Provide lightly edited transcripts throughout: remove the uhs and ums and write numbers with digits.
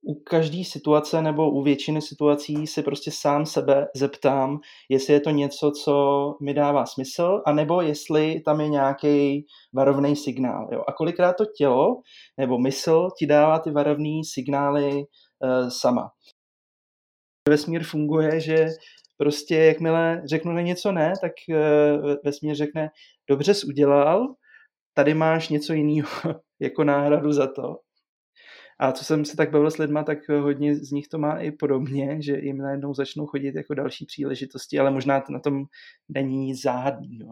u každé situace nebo u většiny situací si prostě sám sebe zeptám, jestli je to něco, co mi dává smysl, anebo jestli tam je nějaký varovný signál. Jo? A kolikrát to tělo nebo mysl ti dává ty varovné signály sama. Vesmír funguje, že prostě jakmile řeknu na něco ne, tak vesmír řekne, dobře jsi udělal, tady máš něco jiného jako náhradu za to. A co jsem se tak bavil s lidma, tak hodně z nich to má i podobně, že jim najednou začnou chodit jako další příležitosti, ale možná to na tom není nic záhadného.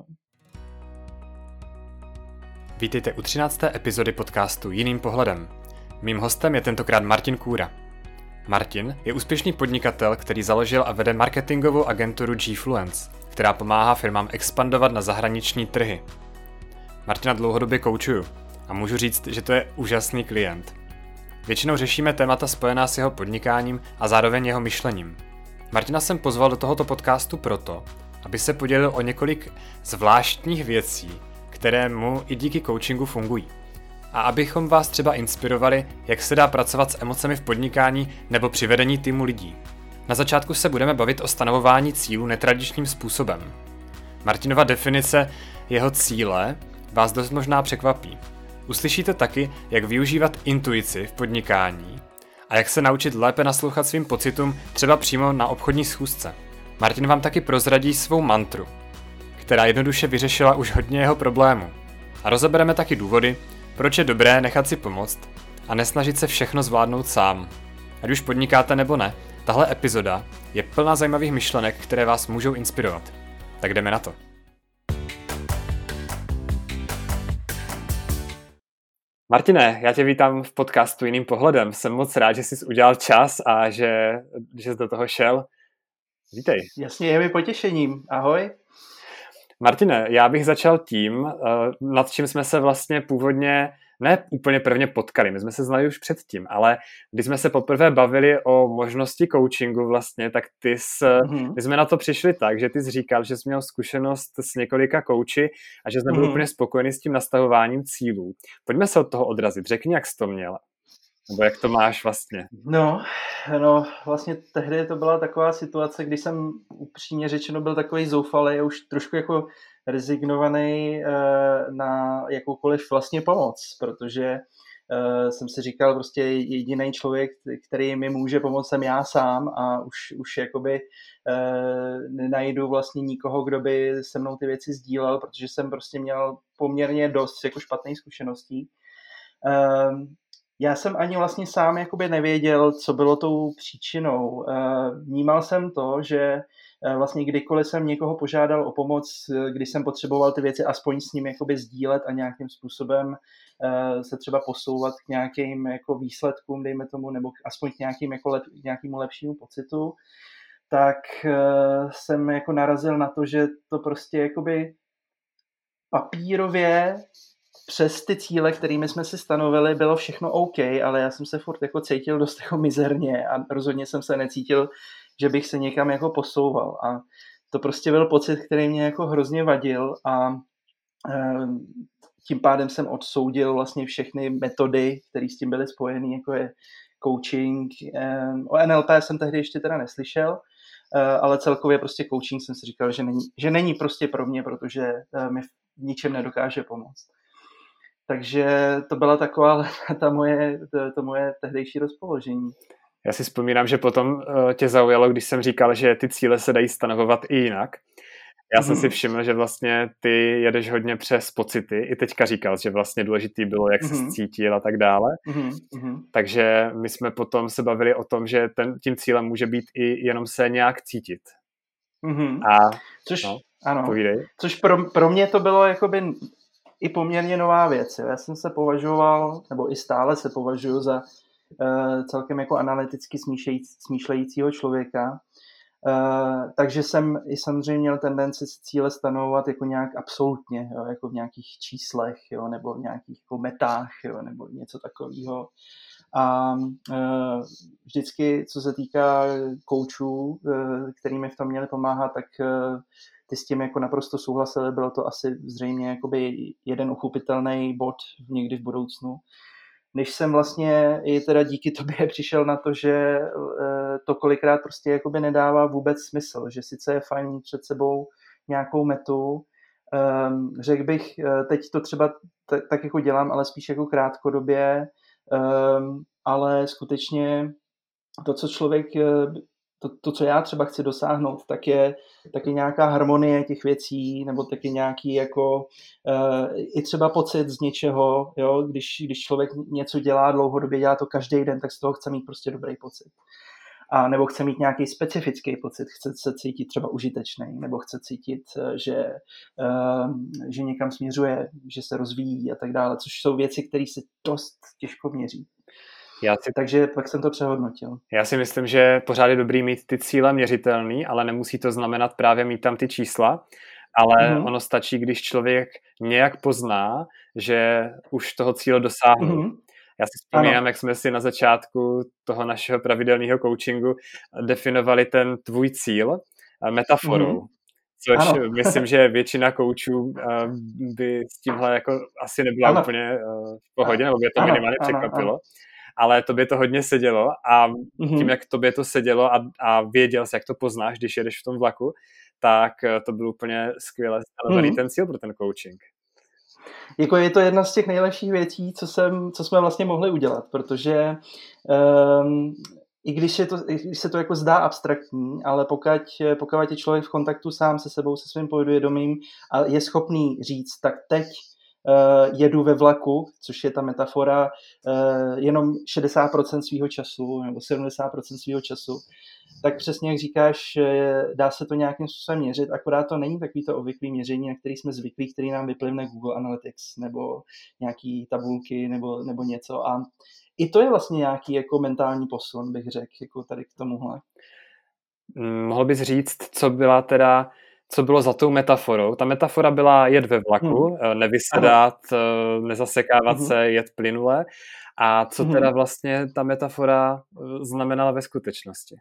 Vítejte u 13. epizody podcastu Jiným pohledem. Mým hostem je tentokrát Martin Kůra. Martin je úspěšný podnikatel, který založil a vede marketingovou agenturu Gfluence, která pomáhá firmám expandovat na zahraniční trhy. Martina dlouhodobě koučuju a můžu říct, že to je úžasný klient. Většinou řešíme témata spojená s jeho podnikáním a zároveň jeho myšlením. Martina jsem pozval do tohoto podcastu proto, aby se podělil o několik zvláštních věcí, které mu i díky coachingu fungují. A abychom vás třeba inspirovali, jak se dá pracovat s emocemi v podnikání nebo při vedení týmu lidí. Na začátku se budeme bavit o stanovování cílů netradičním způsobem. Martinova definice jeho cíle vás dost možná překvapí. Uslyšíte taky, jak využívat intuici v podnikání a jak se naučit lépe naslouchat svým pocitům třeba přímo na obchodní schůzce. Martin vám taky prozradí svou mantru, která jednoduše vyřešila už hodně jeho problémů. A rozebereme taky důvody, proč je dobré nechat si pomoct a nesnažit se všechno zvládnout sám. Ať už podnikáte nebo ne, tahle epizoda je plná zajímavých myšlenek, které vás můžou inspirovat. Tak jdeme na to. Martine, já tě vítám v podcastu Jiným pohledem. Jsem moc rád, že jsi udělal čas a že jsi do toho šel. Vítej. Jasně, je mi potěšením. Ahoj. Martine, já bych začal tím, nad čím jsme se vlastně původně ne úplně prvně potkali, my jsme se znali už předtím, ale když jsme se poprvé bavili o možnosti coachingu vlastně, tak my jsme na to přišli tak, že ty jsi říkal, že jsi měl zkušenost s několika coachy a že jsi nebyl úplně spokojený s tím nastavováním cílů. Pojďme se od toho odrazit, řekni, jak jsi to měl, nebo jak to máš vlastně. No, vlastně tehdy to byla taková situace, kdy jsem upřímně řečeno byl takový zoufalý a už trošku jako rezignovaný na jakoukoliv vlastně pomoc, protože jsem si říkal, prostě jediný člověk, který mi může pomoct, jsem já sám a už jakoby nenajdu vlastně nikoho, kdo by se mnou ty věci sdílel, protože jsem prostě měl poměrně dost jako špatných zkušeností. Já jsem ani vlastně sám jakoby nevěděl, co bylo tou příčinou. Vnímal jsem to, že vlastně kdykoliv jsem někoho požádal o pomoc, když jsem potřeboval ty věci aspoň s ním jakoby sdílet a nějakým způsobem se třeba posouvat k nějakým jako výsledkům, dejme tomu, nebo aspoň k nějakému lepšímu pocitu, tak jsem jako narazil na to, že to prostě jakoby papírově přes ty cíle, kterými jsme si stanovili, bylo všechno OK, ale já jsem se furt jako cítil dost jako mizerně a rozhodně jsem se necítil, že bych se někam jako posouval. A to prostě byl pocit, který mě jako hrozně vadil a tím pádem jsem odsoudil vlastně všechny metody, které s tím byly spojeny, jako je coaching. O NLP jsem tehdy ještě teda neslyšel, ale celkově prostě coaching jsem si říkal, že není prostě pro mě, protože mi v ničem nedokáže pomoct. Takže to byla taková to moje tehdejší rozpoložení. Já si vzpomínám, že potom tě zaujalo, když jsem říkal, že ty cíle se dají stanovovat i jinak. Já jsem si všiml, že vlastně ty jedeš hodně přes pocity. I teďka říkal, že vlastně důležitý bylo, jak se cítil a tak dále. Takže my jsme potom se bavili o tom, že tím cílem může být i jenom se nějak cítit. Což pro mě to bylo jakoby i poměrně nová věc. Já jsem se považoval, nebo i stále se považuji za celkem jako analyticky smýšlejícího člověka. Takže jsem i samozřejmě měl tendenci si cíle stanovovat jako nějak absolutně, jo, jako v nějakých číslech, jo, nebo v nějakých jako metách, jo, nebo něco takového. A vždycky, co se týká koučů, který mi v tom měli pomáhat, tak ty s tím jako naprosto souhlasili, bylo to asi zřejmě jakoby jeden uchopitelný bod někdy v budoucnu. než jsem vlastně i teda díky tobě přišel na to, že to kolikrát prostě jakoby nedává vůbec smysl, že sice je fajn mít před sebou nějakou metu, řekl bych, teď to třeba tak jako dělám, ale spíš jako krátkodobě, ale skutečně to, co člověk, to, co já třeba chci dosáhnout, tak je nějaká harmonie těch věcí, nebo taky nějaký jako i třeba pocit z něčeho, jo? Když člověk něco dělá dlouhodobě, dělá to každý den, tak z toho chce mít prostě dobrý pocit. A nebo chce mít nějaký specifický pocit, chce se cítit třeba užitečný, nebo chce cítit, že někam směřuje, že se rozvíjí a tak dále, což jsou věci, které se dost těžko měří. Takže pak jsem to přehodnotil. Já si myslím, že pořád je dobrý mít ty cíle měřitelný, ale nemusí to znamenat právě mít tam ty čísla, ale ono stačí, když člověk nějak pozná, že už toho cíle dosáhnul. Já si vzpomínám, jak jsme si na začátku toho našeho pravidelného coachingu definovali ten tvůj cíl metaforou. Což myslím, že většina koučů by s tímhle jako asi nebyla úplně v pohodě, nebo by to minimálně překvapilo. Ale tobě to hodně sedělo a tím, jak tobě to sedělo a věděl jsi, jak to poznáš, když jedeš v tom vlaku, tak to byl úplně skvěle stanovený ten cíl pro ten coaching. Jako je to jedna z těch nejlepších věcí, co jsme vlastně mohli udělat, protože i když se to jako zdá abstraktní, ale pokud je člověk v kontaktu sám se sebou, se svým podvědomím a je schopný říct, tak teď jedu ve vlaku, což je ta metafora, jenom 60% svýho času nebo 70% svýho času, tak přesně jak říkáš, dá se to nějakým způsobem měřit, akorát to není takový to obvyklý měření, na který jsme zvyklí, který nám vyplivne Google Analytics nebo nějaký tabulky nebo něco. A i to je vlastně nějaký jako mentální posun, bych řekl, jako tady k tomuhle. Mohl bys říct, co bylo za tou metaforou? Ta metafora byla jet ve vlaku, nevysedat, nezasekávat se, jet plynule. A co teda vlastně ta metafora znamenala ve skutečnosti?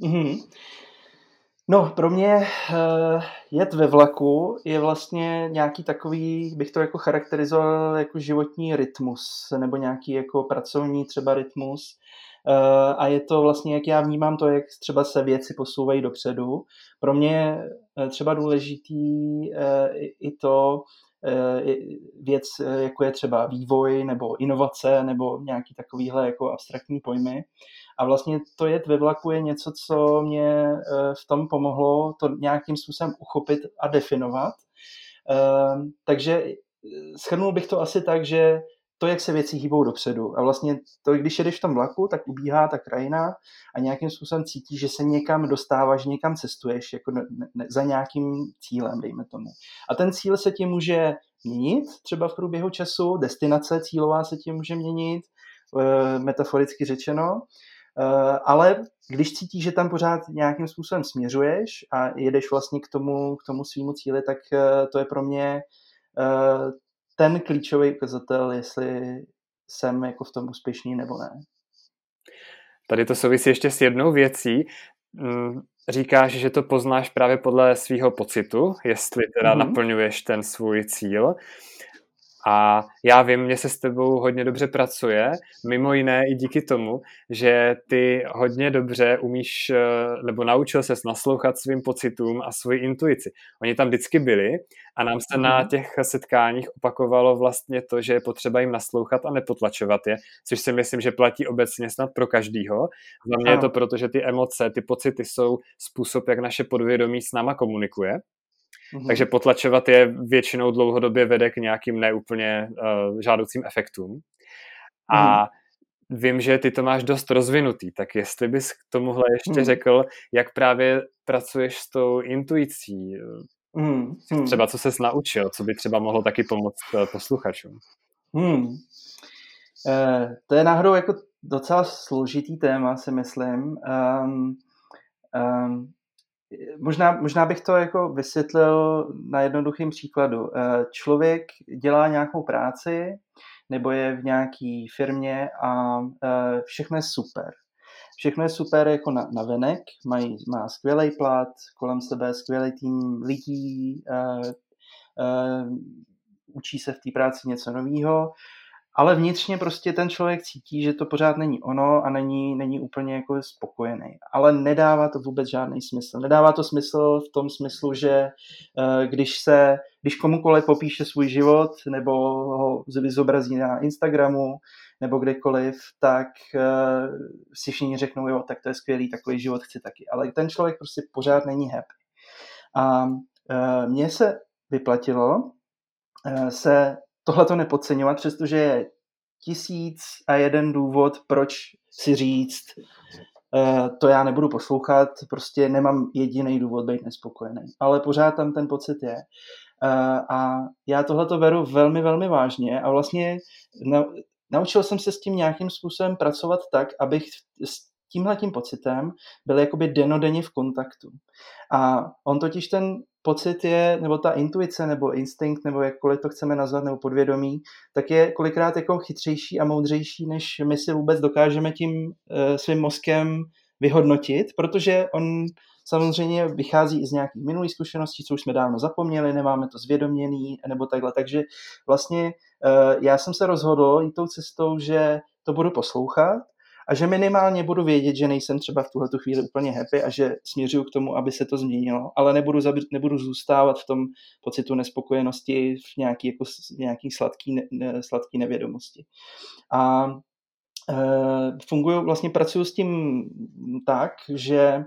No, pro mě jet ve vlaku je vlastně nějaký takový, bych to jako charakterizoval jako životní rytmus, nebo nějaký jako pracovní třeba rytmus. A je to vlastně, jak já vnímám to, jak třeba se věci posouvají dopředu. Pro mě je třeba důležitý i to věc, jako je třeba vývoj nebo inovace nebo nějaký takovýhle jako abstraktní pojmy. A vlastně to jet ve vlaku je něco, co mě v tom pomohlo to nějakým způsobem uchopit a definovat. Takže shrnul bych to asi tak, že to, jak se věci hýbou dopředu. A vlastně to, když jedeš v tom vlaku, tak ubíhá ta krajina a nějakým způsobem cítíš, že se někam dostáváš, někam cestuješ jako za nějakým cílem, dejme tomu. A ten cíl se ti může měnit třeba v průběhu času, destinace cílová se ti může měnit, metaforicky řečeno, ale když cítíš, že tam pořád nějakým způsobem směřuješ a jedeš vlastně k tomu svýmu cíli, tak to je pro mě ten klíčový ukazatel, jestli jsem jako v tom úspěšný nebo ne. Tady to souvisí ještě s jednou věcí. Říkáš, že to poznáš právě podle svýho pocitu, jestli teda naplňuješ ten svůj cíl. A já vím, mně se s tebou hodně dobře pracuje, mimo jiné i díky tomu, že ty hodně dobře umíš, nebo naučil ses naslouchat svým pocitům a svoji intuici. Oni tam vždycky byli a nám se na těch setkáních opakovalo vlastně to, že je potřeba jim naslouchat a nepotlačovat je, což si myslím, že platí obecně snad pro každýho. Za mě je to proto, že ty emoce, ty pocity jsou způsob, jak naše podvědomí s náma komunikuje. Takže potlačovat je většinou dlouhodobě vede k nějakým neúplně žádoucím efektům. A vím, že ty to máš dost rozvinutý, tak jestli bys k tomuhle ještě řekl, jak právě pracuješ s tou intuicí, třeba co ses naučil, co by třeba mohlo taky pomoct posluchačům. To je náhodou jako docela složitý téma, si myslím. Možná bych to jako vysvětlil na jednoduchém příkladu. Člověk dělá nějakou práci nebo je v nějaké firmě a všechno je super. Všechno je super jako navenek, má skvělý plat, kolem sebe skvělý tým lidí, učí se v té práci něco nového, ale vnitřně prostě ten člověk cítí, že to pořád není ono a není úplně jako spokojený. Ale nedává to vůbec žádný smysl. Nedává to smysl v tom smyslu, že když komukoliv popíše svůj život nebo ho zobrazí na Instagramu nebo kdekoliv, tak si všichni řeknou, jo, tak to je skvělý, takový život chci taky. Ale ten člověk prostě pořád není happy. A mně se vyplatilo se tohleto nepodceňovat, přestože je 1001 důvod, proč si říct, to já nebudu poslouchat, prostě nemám jediný důvod být nespokojený. Ale pořád tam ten pocit je. A já tohleto beru velmi, velmi vážně a vlastně naučil jsem se s tím nějakým způsobem pracovat tak, abych s tímhletím pocitem byl jakoby denodenně v kontaktu. A on totiž ten pocit je, nebo ta intuice, nebo instinkt, nebo jakkoliv to chceme nazvat, nebo podvědomí, tak je kolikrát jako chytřejší a moudřejší, než my si vůbec dokážeme tím svým mozkem vyhodnotit, protože on samozřejmě vychází i z nějakých minulých zkušeností, co už jsme dávno zapomněli, nemáme to zvědoměný, nebo takhle. Takže vlastně já jsem se rozhodl jít tou cestou, že to budu poslouchat a že minimálně budu vědět, že nejsem třeba v tuhletu chvíli úplně happy a že směřuju k tomu, aby se to změnilo, ale nebudu zůstávat v tom pocitu nespokojenosti v nějaký sladký nevědomosti. A pracuji s tím tak, že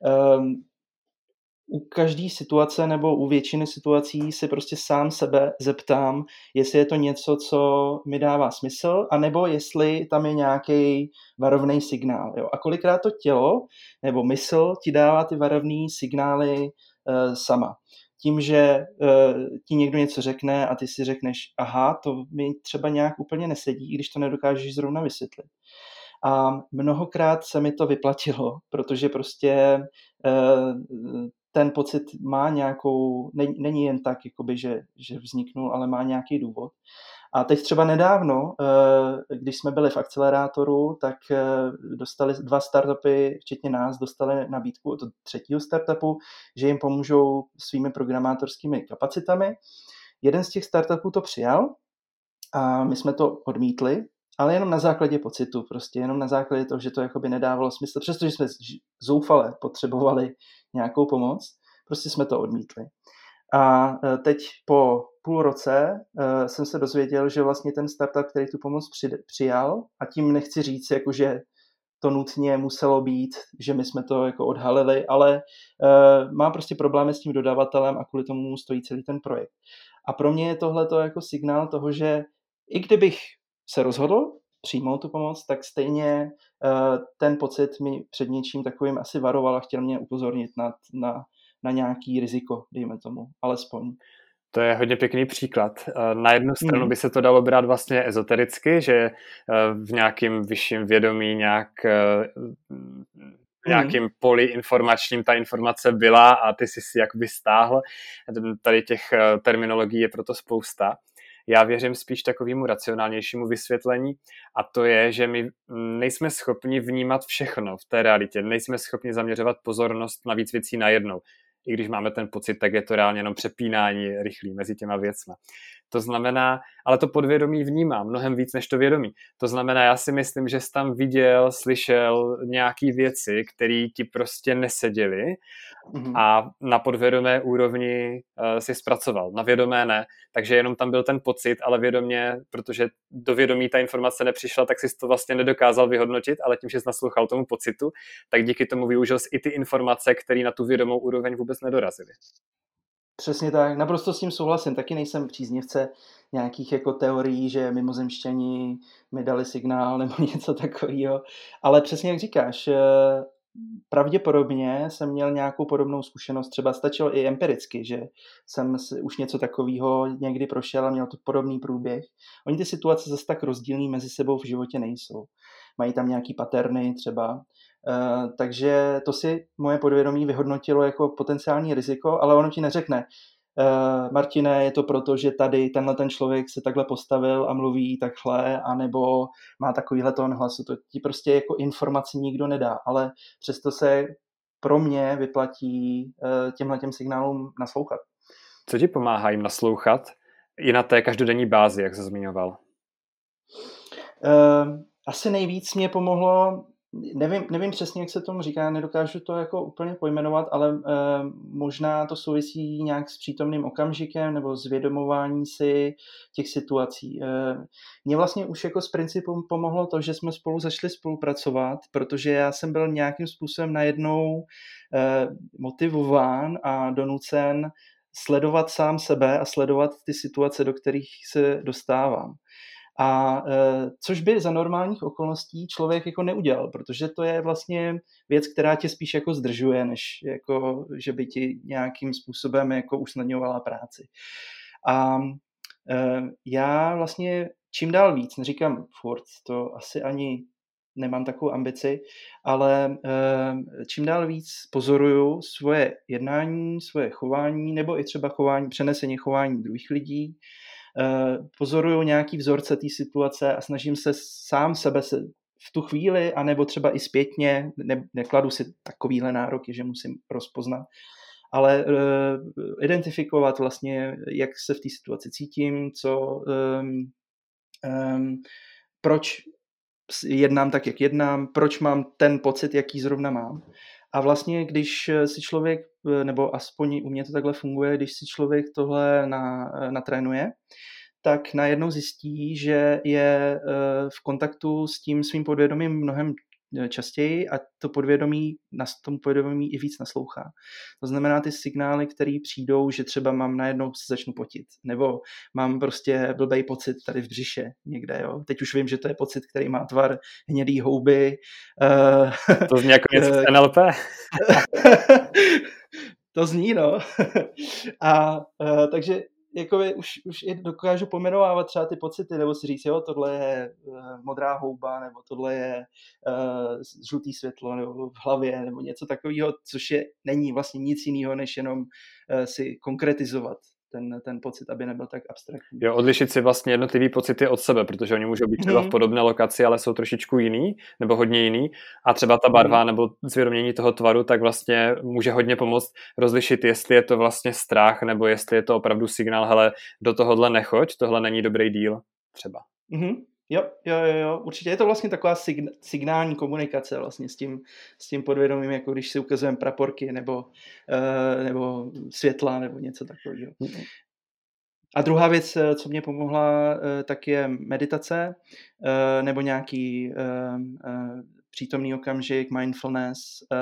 u každé situace nebo u většiny situací si prostě sám sebe zeptám, jestli je to něco, co mi dává smysl, anebo jestli tam je nějaký varovný signál. Jo? A kolikrát to tělo nebo mysl ti dává ty varovný signály sama. Tím, že ti někdo něco řekne a ty si řekneš, aha, to mi třeba nějak úplně nesedí, i když to nedokážeš zrovna vysvětlit. A mnohokrát se mi to vyplatilo, protože prostě ten pocit má nějakou, není jen tak, jakoby, že vzniknul, ale má nějaký důvod. A teď třeba nedávno, když jsme byli v akcelerátoru, tak dostali 2 startupy, včetně nás, dostali nabídku od 3. startupu, že jim pomůžou svými programátorskými kapacitami. Jeden z těch startupů to přijal a my jsme to odmítli, ale jenom na základě pocitu, prostě jenom na základě toho, že to jakoby nedávalo smysl, přestože jsme zoufale potřebovali nějakou pomoc, prostě jsme to odmítli. A teď po půl roce jsem se dozvěděl, že vlastně ten startup, který tu pomoc přijal, a tím nechci říct, jako že to nutně muselo být, že my jsme to jako odhalili, ale má prostě problémy s tím dodavatelem a kvůli tomu stojí celý ten projekt. A pro mě je tohleto jako signál toho, že i kdybych se rozhodl přijmout tu pomoc, tak stejně ten pocit mi před něčím takovým asi varoval a chtěl mě upozornit na nějaký riziko, dejme tomu, alespoň. To je hodně pěkný příklad. Na jednu stranu by se to dalo brát vlastně ezotericky, že v nějakým vyšším vědomí nějakým poli informačním ta informace byla a ty jsi si jakoby stáhl. Tady těch terminologií je proto spousta. Já věřím spíš takovému racionálnějšímu vysvětlení a to je, že my nejsme schopni vnímat všechno v té realitě. Nejsme schopni zaměřovat pozornost na víc věcí najednou. I když máme ten pocit, tak je to reálně jenom přepínání rychlý mezi těma věcma. To znamená, ale to podvědomí vnímá mnohem víc než to vědomí. To znamená, já si myslím, že jsi tam viděl, slyšel nějaký věci, které ti prostě neseděly a na podvědomé úrovni si zpracoval. Na vědomé ne, takže jenom tam byl ten pocit, ale vědomě, protože do vědomí ta informace nepřišla, tak si to vlastně nedokázal vyhodnotit, ale tím, že jsi naslouchal tomu pocitu, tak díky tomu využil jsi i ty informace, které na tu vědomou úroveň vůbec nedorazily. Přesně tak, naprosto s tím souhlasím. Taky nejsem příznivce nějakých jako teorií, že mimozemšťani mi dali signál nebo něco takového. Ale přesně jak říkáš, pravděpodobně jsem měl nějakou podobnou zkušenost, třeba stačilo i empiricky, že jsem už něco takového někdy prošel a měl to podobný průběh. Oni ty situace zase tak rozdílný mezi sebou v životě nejsou. Mají tam nějaký paterny třeba. Takže to si moje podvědomí vyhodnotilo jako potenciální riziko, ale ono ti neřekne, Martine, je to proto, že tady tenhle ten člověk se takhle postavil a mluví takhle, anebo má takovýhle tón hlasu. To ti prostě jako informaci nikdo nedá, ale přesto se pro mě vyplatí těmhletěm signálům naslouchat. Co ti pomáhá jim naslouchat i na té každodenní bázi, jak jsi zmiňoval? Asi nejvíc mě pomohlo, nevím přesně, jak se tomu říká, nedokážu to jako úplně pojmenovat, ale možná to souvisí nějak s přítomným okamžikem nebo zvědomování si těch situací. Mně vlastně už jako z principu pomohlo to, že jsme spolu začali spolupracovat, protože já jsem byl nějakým způsobem najednou motivován a donucen sledovat sám sebe a sledovat ty situace, do kterých se dostávám. A což by za normálních okolností člověk jako neudělal, protože to je vlastně věc, která tě spíš jako zdržuje, než jako, že by ti nějakým způsobem jako usnadňovala práci. A já vlastně čím dál víc, neříkám furt, to asi ani nemám takovou ambici, ale čím dál víc pozoruju svoje jednání, svoje chování, nebo i třeba přenesení chování druhých lidí, pozoruju nějaký vzorce té situace a snažím se sám sebe v tu chvíli, anebo třeba i zpětně, nekladu si takovýhle nároky, že musím rozpoznat, ale identifikovat vlastně, jak se v té situaci cítím, proč jednám tak, jak jednám, proč mám ten pocit, jaký zrovna mám. A vlastně, když si člověk, nebo aspoň u mě to takhle funguje, když si člověk tohle natrénuje, tak najednou zjistí, že je v kontaktu s tím svým podvědomím mnohem častěji a tomu podvědomí i víc naslouchá. To znamená ty signály, které přijdou, že třeba mám najednou se začnu potit, nebo mám prostě blbej pocit tady v břiše někde. Jo? Teď už vím, že to je pocit, který má tvar hnědý houby. To zní jako něco z NLP. To zní, no. Takže jakoby už i dokážu pojmenovávat třeba ty pocity, nebo si říct, jo, tohle je modrá houba, nebo tohle je žlutý světlo, nebo v hlavě, nebo něco takového, což není vlastně nic jiného, než jenom si konkretizovat ten pocit, aby nebyl tak abstraktní. Jo, odlišit si vlastně jednotlivý pocity od sebe, protože oni můžou být třeba v podobné lokaci, ale jsou trošičku jiný, nebo hodně jiný. A třeba ta barva nebo zvědomění toho tvaru, tak vlastně může hodně pomoct rozlišit, jestli je to vlastně strach, nebo jestli je to opravdu signál, hele, do tohohle nechoď, tohle není dobrý díl, třeba. Jo, určitě je to vlastně taková signální komunikace vlastně s tím podvědomím, jako když si ukazujeme praporky nebo světla nebo něco takového. A druhá věc, co mě pomohla, tak je meditace nebo nějaký přítomný okamžik, mindfulness,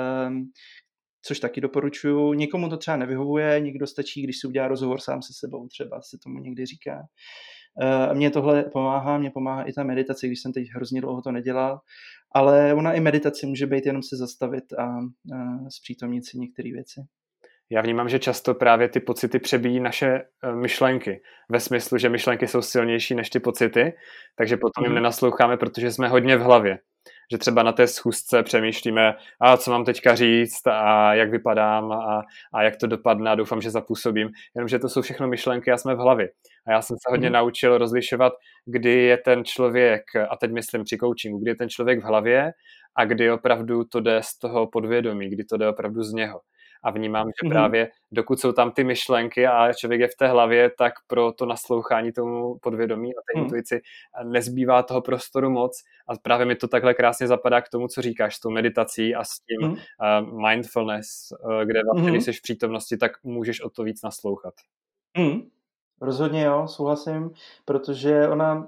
což taky doporučuju. Někomu to třeba nevyhovuje, někdo stačí, když si udělá rozhovor sám se sebou, třeba se tomu někdy říká. Mně tohle mě pomáhá i ta meditace, když jsem teď hrozně dlouho to nedělal, ale ona i meditace může být jenom se zastavit a zpřítomnit si některé věci. Já vnímám, že často právě ty pocity přebíjí naše myšlenky. Ve smyslu, že myšlenky jsou silnější než ty pocity, takže potom jim nenasloucháme, protože jsme hodně v hlavě. Že třeba na té schůzce přemýšlíme, co mám teďka říct a jak vypadám a jak to dopadne a doufám, že zapůsobím. Jenomže to jsou všechno myšlenky a jsme v hlavě. A já jsem se hodně naučil rozlišovat, kdy je ten člověk, a teď myslím při coachingu, kdy je ten člověk v hlavě a kdy opravdu to jde z toho podvědomí, kdy to jde opravdu z něho. A vnímám, že právě dokud jsou tam ty myšlenky a člověk je v té hlavě, tak pro to naslouchání tomu podvědomí a té intuici nezbývá toho prostoru moc. A právě mi to takhle krásně zapadá k tomu, co říkáš, s tou meditací a s tím mindfulness, kde vlastně, když jsi v přítomnosti, tak můžeš o to víc naslouchat. Rozhodně jo, souhlasím, protože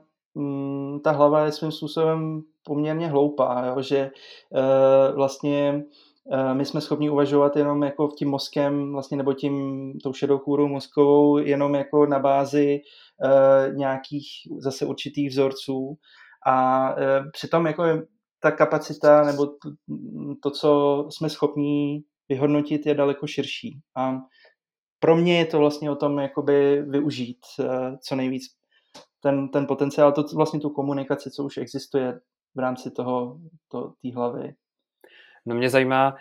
ta hlava je svým způsobem poměrně hloupá, jo, že vlastně my jsme schopni uvažovat jenom jako tím mozkem vlastně, nebo tou šedou kůrou mozkovou jenom jako na bázi nějakých zase určitých vzorců a přitom jako ta kapacita nebo to, co jsme schopni vyhodnotit, je daleko širší. A pro mě je to vlastně o tom jakoby využít co nejvíc ten potenciál, to vlastně tu komunikaci, co už existuje v rámci té hlavy. No mě zajímá,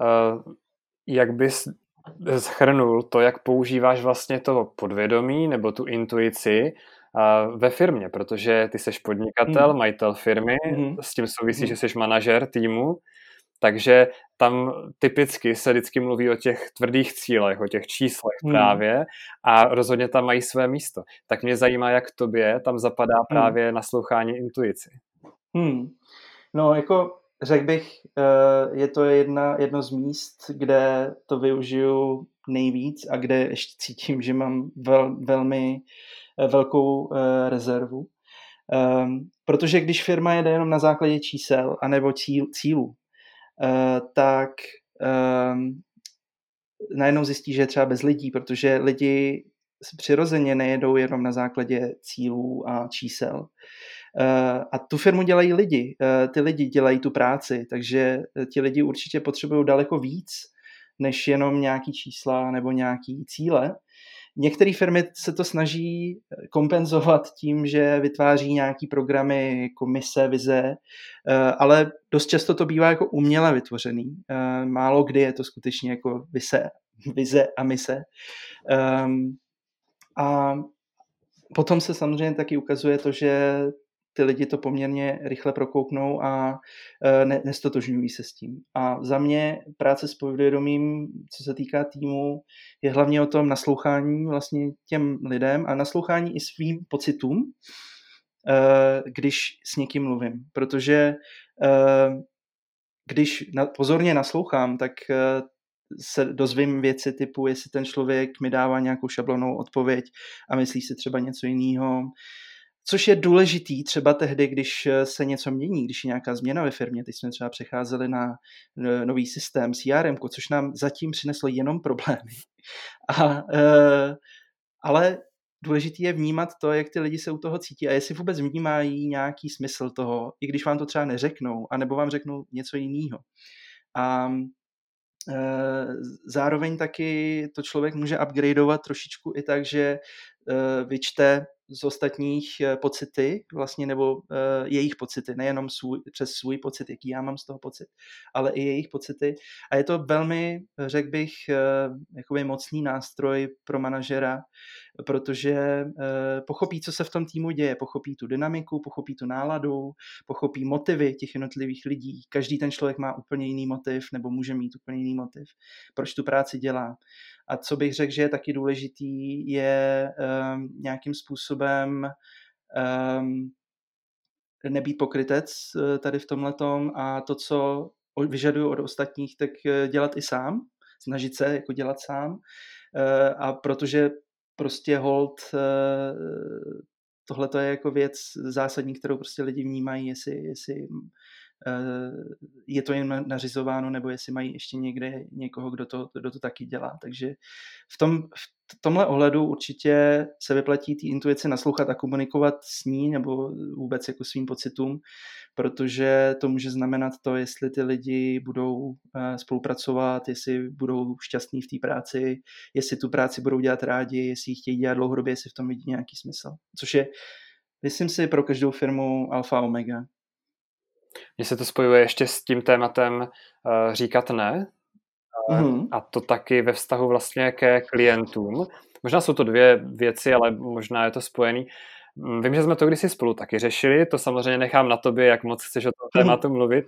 jak bys shrnul to, jak používáš vlastně to podvědomí nebo tu intuici ve firmě, protože ty seš podnikatel, majitel firmy, s tím souvisí, že seš manažer týmu, takže tam typicky se vždycky mluví o těch tvrdých cílech, o těch číslech právě a rozhodně tam mají své místo. Tak mě zajímá, jak tobě tam zapadá právě naslouchání intuici. No, jako řekl bych, je to jedno z míst, kde to využiju nejvíc a kde ještě cítím, že mám velmi velkou rezervu. Protože když firma jede jenom na základě čísel anebo cílů, tak najednou zjistí, že je třeba bez lidí, protože lidi přirozeně nejedou jenom na základě cílů a čísel. A tu firmu dělají lidi. Ty lidi dělají tu práci, takže ti lidi určitě potřebují daleko víc, než jenom nějaký čísla nebo nějaký cíle. Některé firmy se to snaží kompenzovat tím, že vytváří nějaký programy, komise, vize, ale dost často to bývá jako uměle vytvořený. Málo kdy je to skutečně jako vize a mise. A potom se samozřejmě taky ukazuje to, že ty lidi to poměrně rychle prokouknou a nestotožňují se s tím. A za mě práce s podvědomím, co se týká týmu, je hlavně o tom naslouchání vlastně těm lidem a naslouchání i svým pocitům, když s někým mluvím. Protože když pozorně naslouchám, tak se dozvím věci typu, jestli ten člověk mi dává nějakou šablonou odpověď a myslí si třeba něco jiného. Což je důležitý třeba tehdy, když se něco mění, když je nějaká změna ve firmě. Teď jsme třeba přecházeli na nový systém CRM, což nám zatím přineslo jenom problémy. Ale důležitý je vnímat to, jak ty lidi se u toho cítí a jestli vůbec vnímají nějaký smysl toho, i když vám to třeba neřeknou, anebo vám řeknou něco jiného. A zároveň taky to člověk může upgradeovat trošičku i tak, že vyčte z ostatních pocity, vlastně, nebo jejich pocity, nejenom přes svůj pocit, jaký já mám z toho pocit, ale i jejich pocity. A je to velmi, řekl bych, jakoby mocný nástroj pro manažera, protože pochopí, co se v tom týmu děje, pochopí tu dynamiku, pochopí tu náladu, pochopí motivy těch jednotlivých lidí. Každý ten člověk má úplně jiný motiv, nebo může mít úplně jiný motiv, proč tu práci dělá. A co bych řekl, že je taky důležitý, je nějakým způsobem nebýt pokrytec tady v tomhletom a to, co vyžaduju od ostatních, tak dělat i sám, snažit se jako dělat sám. A protože prostě hold tohle je jako věc zásadní, kterou prostě lidi vnímají, jestli je to jim nařizováno, nebo jestli mají ještě někde někoho, kdo to taky dělá. Takže v tomhle ohledu určitě se vyplatí té intuici naslouchat a komunikovat s ní, nebo vůbec jako svým pocitům, protože to může znamenat to, jestli ty lidi budou spolupracovat, jestli budou šťastní v té práci, jestli tu práci budou dělat rádi, jestli ji chtějí dělat dlouhodobě, jestli v tom vidí nějaký smysl. Což je, myslím si, pro každou firmu alfa omega. Mně se to spojuje ještě s tím tématem říkat ne. A to taky ve vztahu vlastně ke klientům. Možná jsou to dvě věci, ale možná je to spojený. Vím, že jsme to kdysi spolu taky řešili, to samozřejmě nechám na tobě, jak moc chceš o tom tématu mluvit,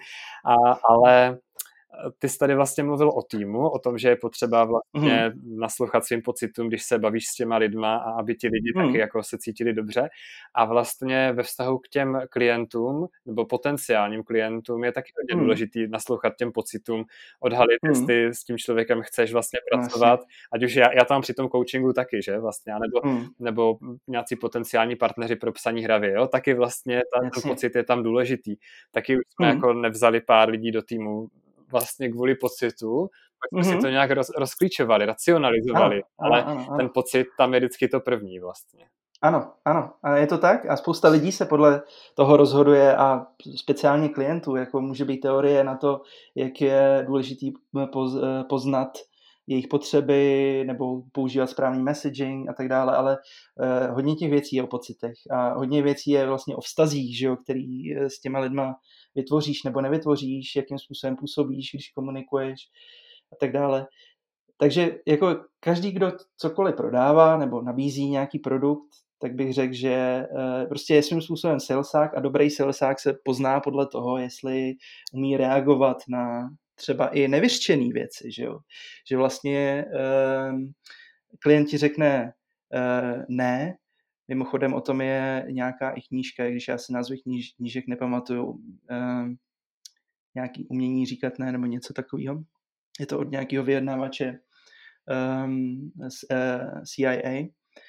ale ty jsi tady vlastně mluvil o týmu, o tom, že je potřeba vlastně naslouchat svým pocitům, když se bavíš s těma lidma a aby ti lidi taky jako se cítili dobře. A vlastně ve vztahu k těm klientům nebo potenciálním klientům je taky hodně důležitý naslouchat těm pocitům, odhalit, jestli s tím člověkem chceš vlastně pracovat, ať už já tam při tom coachingu taky, že vlastně, nebo nějací potenciální partneři pro psaní hravě, jo, taky vlastně ten pocit je tam důležitý. Taky už jsme jako nevzali pár lidí do týmu vlastně kvůli pocitu, pak jsme si to nějak rozklíčovali, racionalizovali, ale ten pocit tam je vždycky to první vlastně. Ano, a je to tak a spousta lidí se podle toho rozhoduje a speciálně klientů, jako může být teorie na to, jak je důležitý poznat jejich potřeby nebo používat správný messaging a tak dále, ale hodně těch věcí je o pocitech a hodně věcí je vlastně o vztazích, že jo, který s těma lidma vytvoříš nebo nevytvoříš, jakým způsobem působíš, když komunikuješ a tak dále. Takže jako každý, kdo cokoliv prodává nebo nabízí nějaký produkt, tak bych řekl, že prostě je svým způsobem salesák a dobrý salesák se pozná podle toho, jestli umí reagovat na třeba i nevyřčený věci, že jo? Že vlastně klient ti řekne ne Mimochodem o tom je nějaká i knížka, když já si názvy knížek nepamatuju, nějaký umění říkat ne, nebo něco takového. Je to od nějakého vyjednávače z CIA.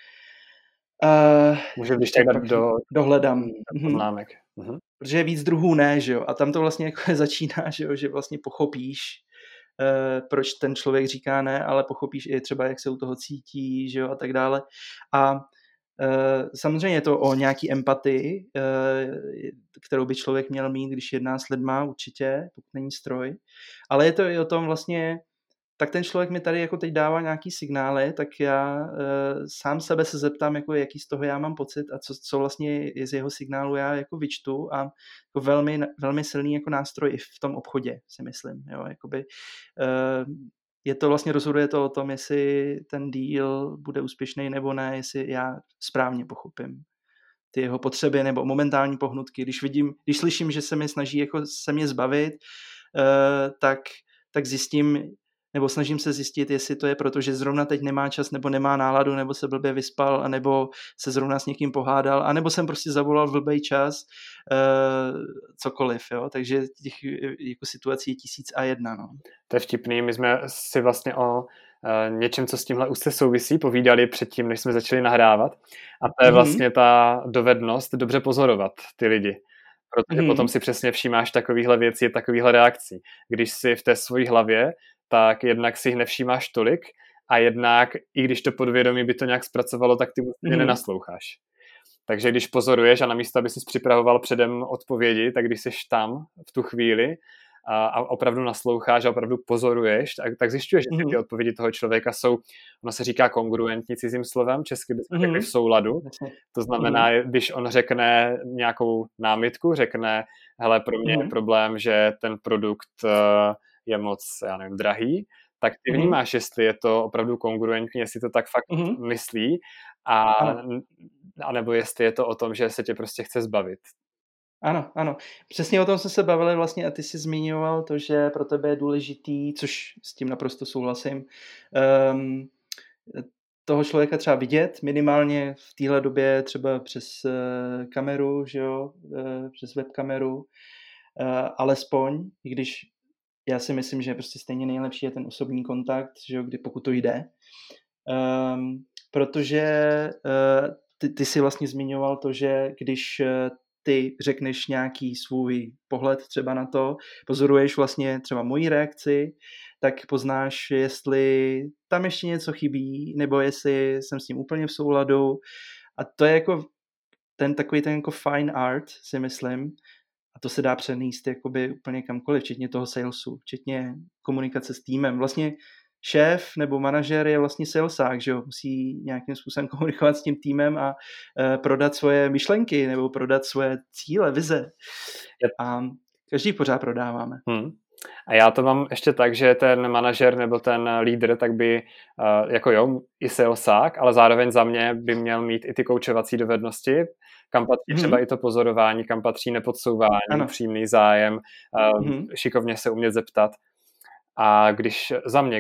Můžu když tak dát dohledám. poznámek. Protože je víc druhů ne, že jo? A tam to vlastně jako začíná, že jo? Že vlastně pochopíš, proč ten člověk říká ne, ale pochopíš i třeba, jak se u toho cítí, že jo? A tak dále. A samozřejmě je to o nějaký empatii, kterou by člověk měl mít, když jedná s lidma, určitě, pokud není stroj. Ale je to i o tom vlastně, tak ten člověk mi tady jako teď dává nějaký signály, tak já sám sebe se zeptám, jako jaký z toho já mám pocit a co vlastně je z jeho signálu já jako vyčtu a jako velmi, velmi silný jako nástroj i v tom obchodě, si myslím. Jo, jakoby, je to vlastně, rozhoduje to o tom, jestli ten deal bude úspěšný nebo ne, jestli já správně pochopím ty jeho potřeby nebo momentální pohnutky. Když slyším, že se mi snaží jako se mě zbavit, tak zjistím, nebo snažím se zjistit, jestli to je proto, že zrovna teď nemá čas, nebo nemá náladu, nebo se blbě vyspal, anebo se zrovna s někým pohádal, anebo jsem prostě zavolal v blbej čas, cokoliv, jo. Takže těch jako situací je 1001, no. To je vtipný, my jsme si vlastně o něčem, co s tímhle úzce souvisí, povídali předtím, než jsme začali nahrávat. A to je vlastně ta dovednost dobře pozorovat ty lidi. Protože potom si přesně všímáš takovýhle věcí, takovýhle reakcí. Když si v té svojí hlavě, tak jednak si jich nevšímáš tolik a jednak, i když to podvědomí by to nějak zpracovalo, tak ty vlastně nenasloucháš. Takže když pozoruješ a namísto, aby jsi připravoval předem odpovědi, tak když jsi tam v tu chvíli a opravdu nasloucháš a opravdu pozoruješ, tak zjišťuješ, že ty odpovědi toho člověka jsou, ono se říká kongruentní cizím slovem, česky bychom řekli v souladu. To znamená, když on řekne nějakou námitku, řekne, hele, pro mě je problém, že ten produkt je moc, já nevím, drahý, tak ty vnímáš, jestli je to opravdu kongruentní, jestli to tak fakt myslí, a nebo jestli je to o tom, že se tě prostě chce zbavit. Ano. Přesně o tom jsme se bavili vlastně a ty jsi zmiňoval to, že pro tebe je důležitý, což s tím naprosto souhlasím, toho člověka třeba vidět, minimálně v téhle době třeba přes kameru, že jo, přes webkameru, alespoň, i když já si myslím, že prostě stejně nejlepší je ten osobní kontakt, že jo, pokud to jde. Protože ty si vlastně zmiňoval to, že když ty řekneš nějaký svůj pohled třeba na to, pozoruješ vlastně třeba moji reakci, tak poznáš, jestli tam ještě něco chybí, nebo jestli jsem s ním úplně v souladu. A to je jako ten jako fine art, si myslím. A to se dá přenést jakoby úplně kamkoliv, včetně toho salesu, včetně komunikace s týmem. Vlastně šéf nebo manažer je vlastně salesák, že jo? Musí nějakým způsobem komunikovat s tím týmem a prodat svoje myšlenky nebo prodat svoje cíle, vize. A každý pořád prodáváme. A já to mám ještě tak, že ten manažer nebo ten lídr, tak by, jako jo, i salesák, ale zároveň za mě by měl mít i ty koučovací dovednosti, kam patří třeba i to pozorování, kam patří nepodsouvání, přímý zájem, šikovně se umět zeptat. A když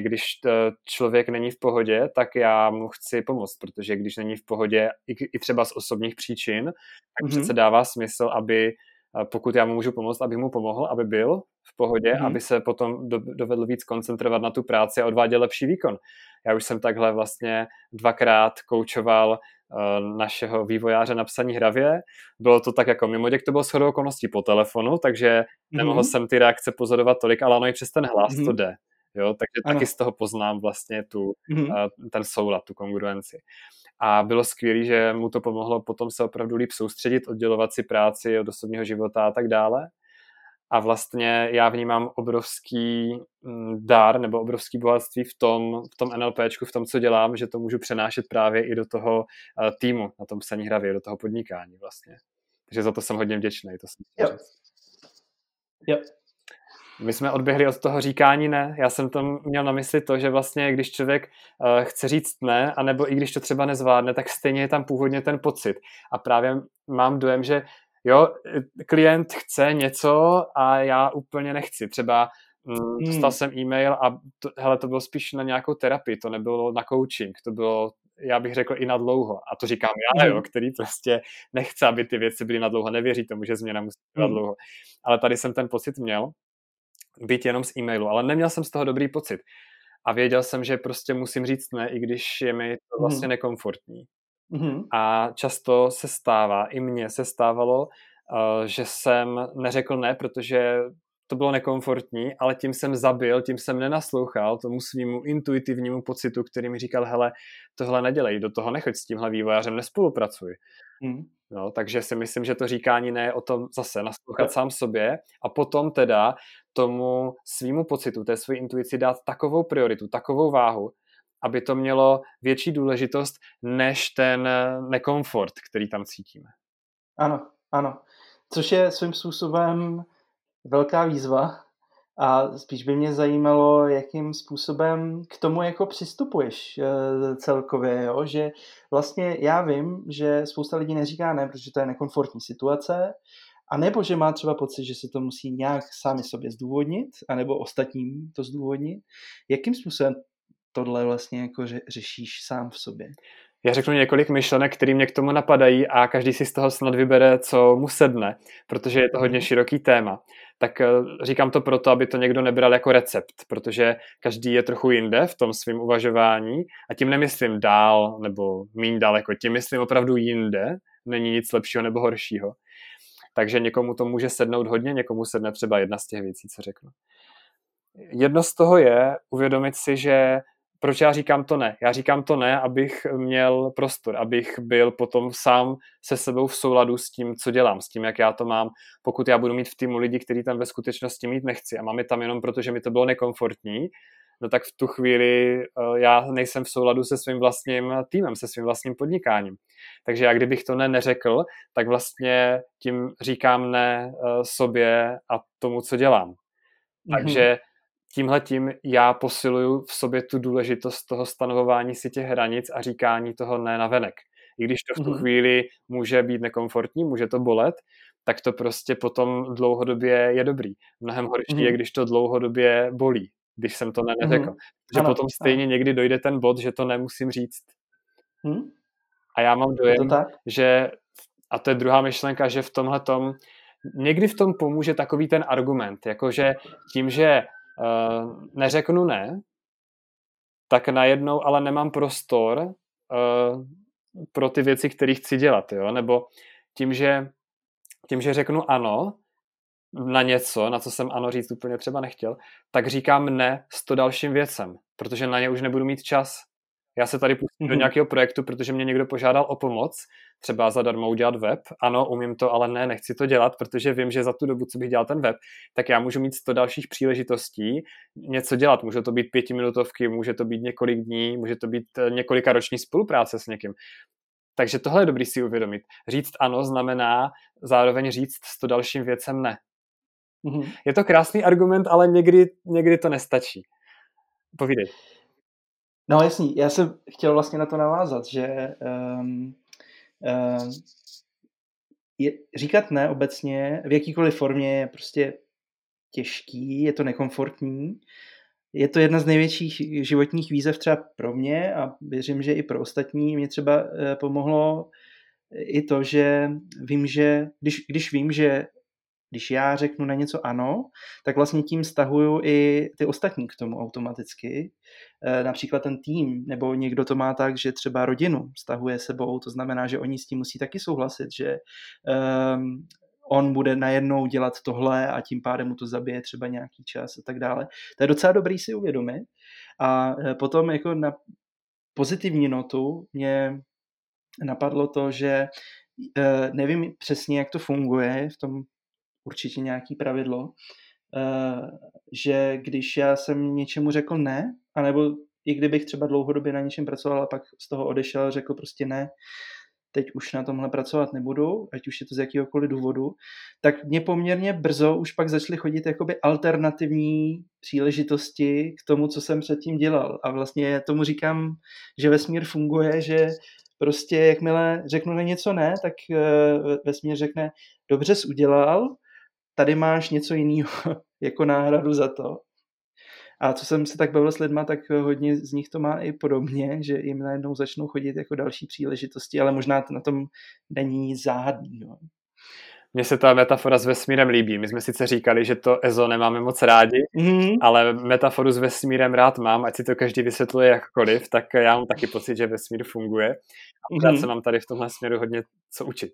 člověk není v pohodě, tak já mu chci pomoct, protože když není v pohodě i třeba z osobních příčin, tak přece dává smysl, aby pokud já mu můžu pomoct, abych mu pomohl, aby byl v pohodě, aby se potom dovedl víc koncentrovat na tu práci a odváděl lepší výkon. Já už jsem takhle vlastně 2krát koučoval našeho vývojáře na psaní hravě. Bylo to tak jako mimoděk, to bylo shodou okolností po telefonu, takže nemohl jsem ty reakce pozorovat tolik, ale ono i přes ten hlas to jde. Jo? Takže taky z toho poznám vlastně ten soulad, tu kongruenci. A bylo skvělé, že mu to pomohlo potom se opravdu líp soustředit, oddělovat si práci od osobního života a tak dále. A vlastně já vnímám obrovský dar nebo obrovský bohatství v tom NLPčku, v tom, co dělám, že to můžu přenášet právě i do toho týmu na tom psaní hravě, do toho podnikání vlastně. Takže za to jsem hodně vděčný. To jsem chtěl říct. Jo. My jsme odběhli od toho říkání ne. Já jsem tam měl na mysli to, že vlastně když člověk chce říct ne, anebo i když to třeba nezvládne, tak stejně je tam původně ten pocit. A právě mám dojem, že jo, klient chce něco a já úplně nechci. Třeba dostal jsem e-mail a to bylo spíš na nějakou terapii, to nebylo na coaching, to bylo já bych řekl i na dlouho. A to říkám já, jo, který prostě nechce, aby ty věci byly na dlouho, nevěří tomu, že změna musí být dlouho. Ale tady jsem ten pocit měl, být jenom z e-mailu, ale neměl jsem z toho dobrý pocit. A věděl jsem, že prostě musím říct ne, i když je mi to vlastně nekomfortní. A často se stává, i mně se stávalo, že jsem neřekl ne, protože to bylo nekomfortní, ale tím jsem zabil, tím jsem nenaslouchal tomu svýmu intuitivnímu pocitu, který mi říkal, hele, tohle nedělej, do toho nechoď s tímhle vývojářem, nespolupracuj. No, takže si myslím, že to říkání ne je o tom zase naslouchat sám sobě a potom teda tomu svýmu pocitu, té své intuici dát takovou prioritu, takovou váhu, aby to mělo větší důležitost než ten nekomfort, který tam cítíme. Ano. Což je svým způsobem velká výzva a spíš by mě zajímalo, jakým způsobem k tomu jako přistupuješ celkově, jo? Že vlastně já vím, že spousta lidí neříká ne, protože to je nekomfortní situace, anebo že má třeba pocit, že se to musí nějak sami sobě zdůvodnit, anebo ostatním to zdůvodnit. Jakým způsobem tohle vlastně jako řešíš sám v sobě? Já řeknu několik myšlenek, které mě k tomu napadají a každý si z toho snad vybere, co mu sedne, protože je to hodně široký téma. Tak říkám to proto, aby to někdo nebral jako recept, protože každý je trochu jinde v tom svém uvažování a tím nemyslím dál nebo míň daleko, tím myslím opravdu jinde, není nic lepšího nebo horšího. Takže někomu to může sednout hodně, někomu sedne třeba jedna z těch věcí, co řeknu. Jedno z toho je uvědomit si, že proč já říkám to ne? Já říkám to ne, abych měl prostor, abych byl potom sám se sebou v souladu s tím, co dělám, s tím, jak já to mám. Pokud já budu mít v týmu lidi, který tam ve skutečnosti mít nechci a mám je tam jenom proto, že mi to bylo nekomfortní, no tak v tu chvíli já nejsem v souladu se svým vlastním týmem, se svým vlastním podnikáním. Takže já kdybych to neřekl, tak vlastně tím říkám ne sobě a tomu, co dělám. Takže tímhletím já posiluju v sobě tu důležitost toho stanovování si těch hranic a říkání toho ne navenek. I když to v tu chvíli může být nekomfortní, může to bolet, tak to prostě potom dlouhodobě je dobrý. Mnohem horší je, když to dlouhodobě bolí, když jsem to neřekl. Že potom stejně někdy dojde ten bod, že to nemusím říct. A já mám dojem, že, a to je druhá myšlenka, že v tomhletom někdy v tom pomůže takový ten argument, jakože tím, že neřeknu ne, tak najednou ale nemám prostor pro ty věci, které chci dělat, jo? Nebo tím, že řeknu ano na něco, na co jsem ano říct úplně třeba nechtěl, tak říkám ne 100 dalším věcem, protože na ně už nebudu mít čas. Já se tady pustím do nějakého projektu, protože mě někdo požádal o pomoc, třeba zadarmo udělat web. Ano, umím to, ale ne, nechci to dělat, protože vím, že za tu dobu, co bych dělal ten web, tak já můžu mít 100 dalších příležitostí něco dělat. Může to být 5minutovky, může to být několik dní, může to být několika roční spolupráce s někým. Takže tohle je dobrý si uvědomit. Říct ano znamená zároveň říct 100 dalším věcem ne. Je to krásný argument, ale někdy to nestačí. Povídej. No jasný, já jsem chtěl vlastně na to navázat, že říkat ne obecně v jakýkoliv formě je prostě těžký, je to nekomfortní. Je to jedna z největších životních výzev třeba pro mě a věřím, že i pro ostatní. Mě třeba pomohlo i to, že vím, že když vím, že když já řeknu na něco ano, tak vlastně tím stahuju i ty ostatní k tomu automaticky. Například ten tým, nebo někdo to má tak, že třeba rodinu stahuje sebou, to znamená, že oni s tím musí taky souhlasit, že on bude najednou dělat tohle a tím pádem mu to zabije třeba nějaký čas a tak dále. To je docela dobrý si uvědomit. A potom jako na pozitivní notu mě napadlo to, že nevím přesně, jak to funguje, v tom určitě nějaký pravidlo, že když já jsem něčemu řekl ne, anebo i kdybych třeba dlouhodobě na něčem pracoval a pak z toho odešel a řekl prostě ne, teď už na tomhle pracovat nebudu, ať už je to z jakýhokoliv důvodu, tak mě poměrně brzo už pak začaly chodit jakoby alternativní příležitosti k tomu, co jsem předtím dělal. A vlastně tomu říkám, že vesmír funguje, že prostě jakmile řeknu na něco ne, tak vesmír řekne, dobře jsi udělal, tady máš něco jiného jako náhradu za to. A co jsem se tak bavil s lidma, tak hodně z nich to má i podobně, že jim najednou začnou chodit jako další příležitosti, ale možná to na tom není záhadný. No. Mně se ta metafora s vesmírem líbí. My jsme sice říkali, že to EZO nemáme moc rádi, ale metaforu s vesmírem rád mám, ať si to každý vysvětluje jakkoliv, tak já mám taky pocit, že vesmír funguje. A se mám tady v tomhle směru hodně co učit.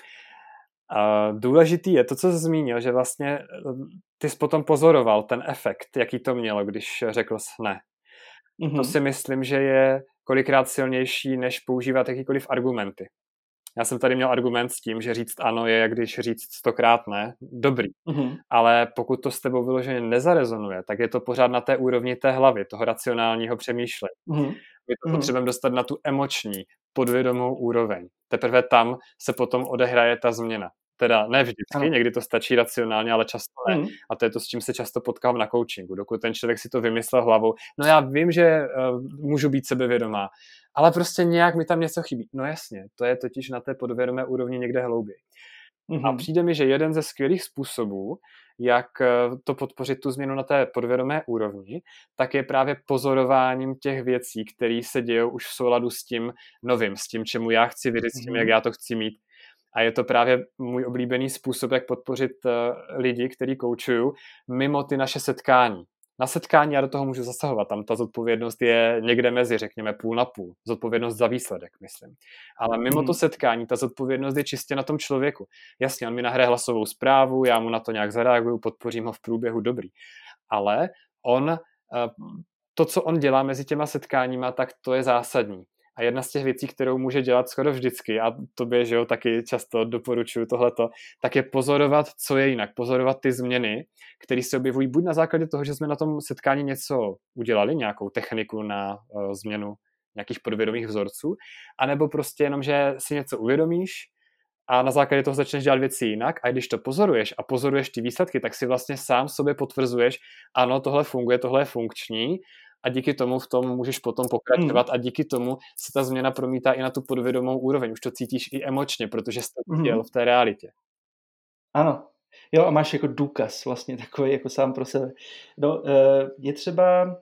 Důležitý je to, co jsi zmínil, že vlastně ty jsi potom pozoroval ten efekt, jaký to mělo, když řekl jsi ne. To si myslím, že je kolikrát silnější, než používat jakýkoliv argumenty. Já jsem tady měl argument s tím, že říct ano je, jak když říct 100krát ne, dobrý. Ale pokud to s tebou vyloženě nezarezonuje, tak je to pořád na té úrovni té hlavy, toho racionálního přemýšlení. My to potřebujeme dostat na tu emoční, podvědomou úroveň. Teprve tam se potom odehraje ta změna. Teda ne vždycky, někdy to stačí racionálně, ale často ne. A to je to, s čím se často potkám na coachingu. Dokud ten člověk si to vymyslel hlavou, no já vím, že můžu být sebevědomá, ale prostě nějak mi tam něco chybí. No jasně, to je totiž na té podvědomé úrovni někde hlouběji. A přijde mi, že jeden ze skvělých způsobů, jak to podpořit tu změnu na té podvědomé úrovni, tak je právě pozorováním těch věcí, které se dějou už v souladu s tím novým, s tím, čemu já chci věřit, s tím, jak já to chci mít. A je to právě můj oblíbený způsob, jak podpořit lidi, který koučuju, mimo ty naše setkání. Na setkání já do toho můžu zasahovat, tam ta zodpovědnost je někde mezi, řekněme půl na půl. Zodpovědnost za výsledek, myslím. Ale mimo to setkání, ta zodpovědnost je čistě na tom člověku. Jasně, on mi nahraje hlasovou zprávu, já mu na to nějak zareaguju, podpořím ho v průběhu, dobrý. Ale to, co on dělá mezi těma setkáníma, tak to je zásadní. A jedna z těch věcí, kterou může dělat skoro vždycky, a tobě, že jo, taky často doporučuju tohleto, tak je pozorovat, co je jinak, pozorovat ty změny, které se objevují buď na základě toho, že jsme na tom setkání něco udělali, nějakou techniku na změnu nějakých podvědomých vzorců, anebo prostě jenom, že si něco uvědomíš a na základě toho začneš dělat věci jinak a když to pozoruješ a pozoruješ ty výsledky, tak si vlastně sám sobě potvrzuješ, ano, tohle funguje, tohle je funkční, a díky tomu v tom můžeš potom pokračovat a díky tomu se ta změna promítá i na tu podvědomou úroveň. Už to cítíš i emočně, protože jsi to viděl v té realitě. Ano. Jo, a máš jako důkaz vlastně takový jako sám pro sebe. No, je třeba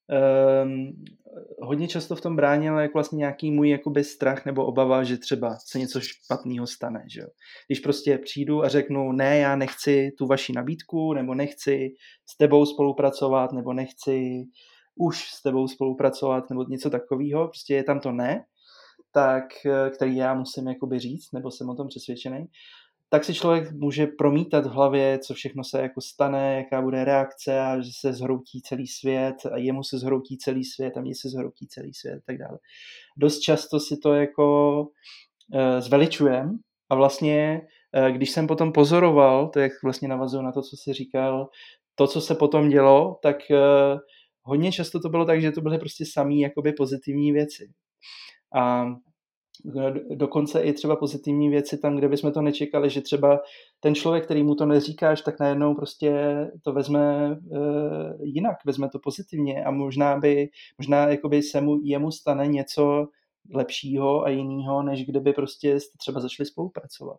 hodně často v tom bránil jako vlastně nějaký můj jakoby strach nebo obava, že třeba se něco špatného stane. Že jo? Když prostě přijdu a řeknu, ne, já nechci tu vaši nabídku, nebo nechci s tebou spolupracovat, nebo nechci už s tebou spolupracovat nebo něco takového, prostě je tam to ne, tak, který já musím jakoby říct, nebo jsem o tom přesvědčený, tak si člověk může promítat v hlavě, co všechno se jako stane, jaká bude reakce a že se zhroutí celý svět a jemu se zhroutí celý svět a mně se zhroutí celý svět a tak dále. Dost často si to jako zveličujem a vlastně, když jsem potom pozoroval, to jak vlastně navazuju na to, co jsi říkal, to, co se potom dělo, tak hodně často to bylo tak, že to byly prostě samý jakoby pozitivní věci. A dokonce i třeba pozitivní věci tam, kde bychom to nečekali, že třeba ten člověk, který mu to neříkáš, tak najednou prostě to vezme jinak, vezme to pozitivně a možná jakoby jemu stane něco lepšího a jiného, než kdyby prostě jste třeba začali spolupracovat.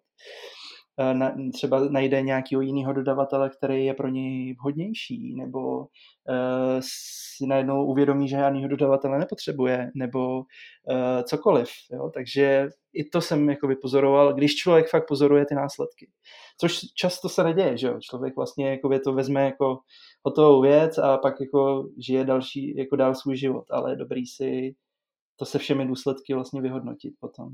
Třeba najde nějakého jiného dodavatele, který je pro něj vhodnější, nebo si najednou uvědomí, že žádného dodavatele nepotřebuje, nebo cokoliv. Jo? Takže i to jsem jako vypozoroval, když člověk fakt pozoruje ty následky. Což často se neděje, že jo? Člověk vlastně jako to vezme jako hotovou věc a pak jako žije dál svůj život, ale je dobrý si to se všemi důsledky vlastně vyhodnotit potom.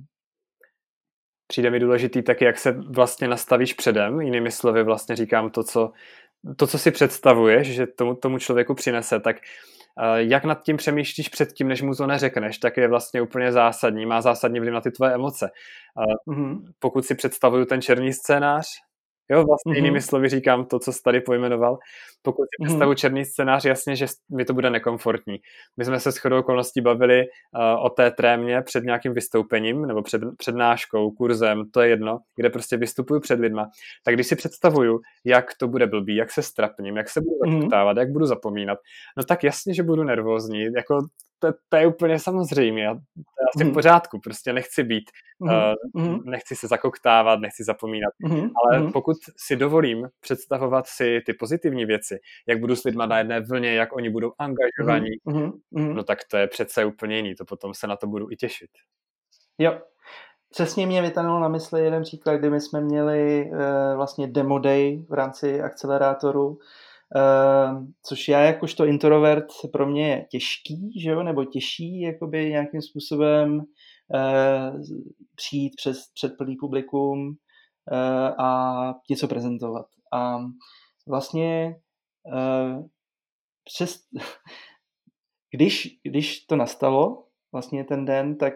Přijde mi důležitý taky, jak se vlastně nastavíš předem. Jinými slovy vlastně říkám to, co si představuješ, že tomu člověku přinese, tak jak nad tím přemýšlíš předtím, než mu to neřekneš, tak je vlastně úplně zásadní. Má zásadní vliv na ty tvoje emoce. Pokud si představuju ten černý scénář, jo, vlastně jinými slovy říkám to, co jsi tady pojmenoval. Pokud si představu černý scénář, jasně, že mi to bude nekomfortní. My jsme se shodou okolností bavili o té trémě před nějakým vystoupením, nebo před přednáškou, kurzem, to je jedno, kde prostě vystupuju před lidma. Tak když si představuju, jak to bude blbý, jak se strapním, jak se budu zakoutávat, jak budu zapomínat, no tak jasně, že budu nervózní. Jako to je úplně samozřejmě. To je asi v pořádku, prostě nechci být, nechci se zakoktávat, nechci zapomínat. Ale pokud si dovolím představovat si ty pozitivní věci, jak budu s lidma na jedné vlně, jak oni budou angažovaní, no tak to je přece úplně jiný, to potom se na to budu i těšit. Jo. Přesně mě vytanul na mysli jeden příklad, kdy my jsme měli vlastně demo day v rámci akcelerátoru, což já jakožto introvert pro mě je těžký, že jo, nebo těžší jakoby nějakým způsobem přijít před plný publikum a něco prezentovat. A vlastně když to nastalo, vlastně ten den, tak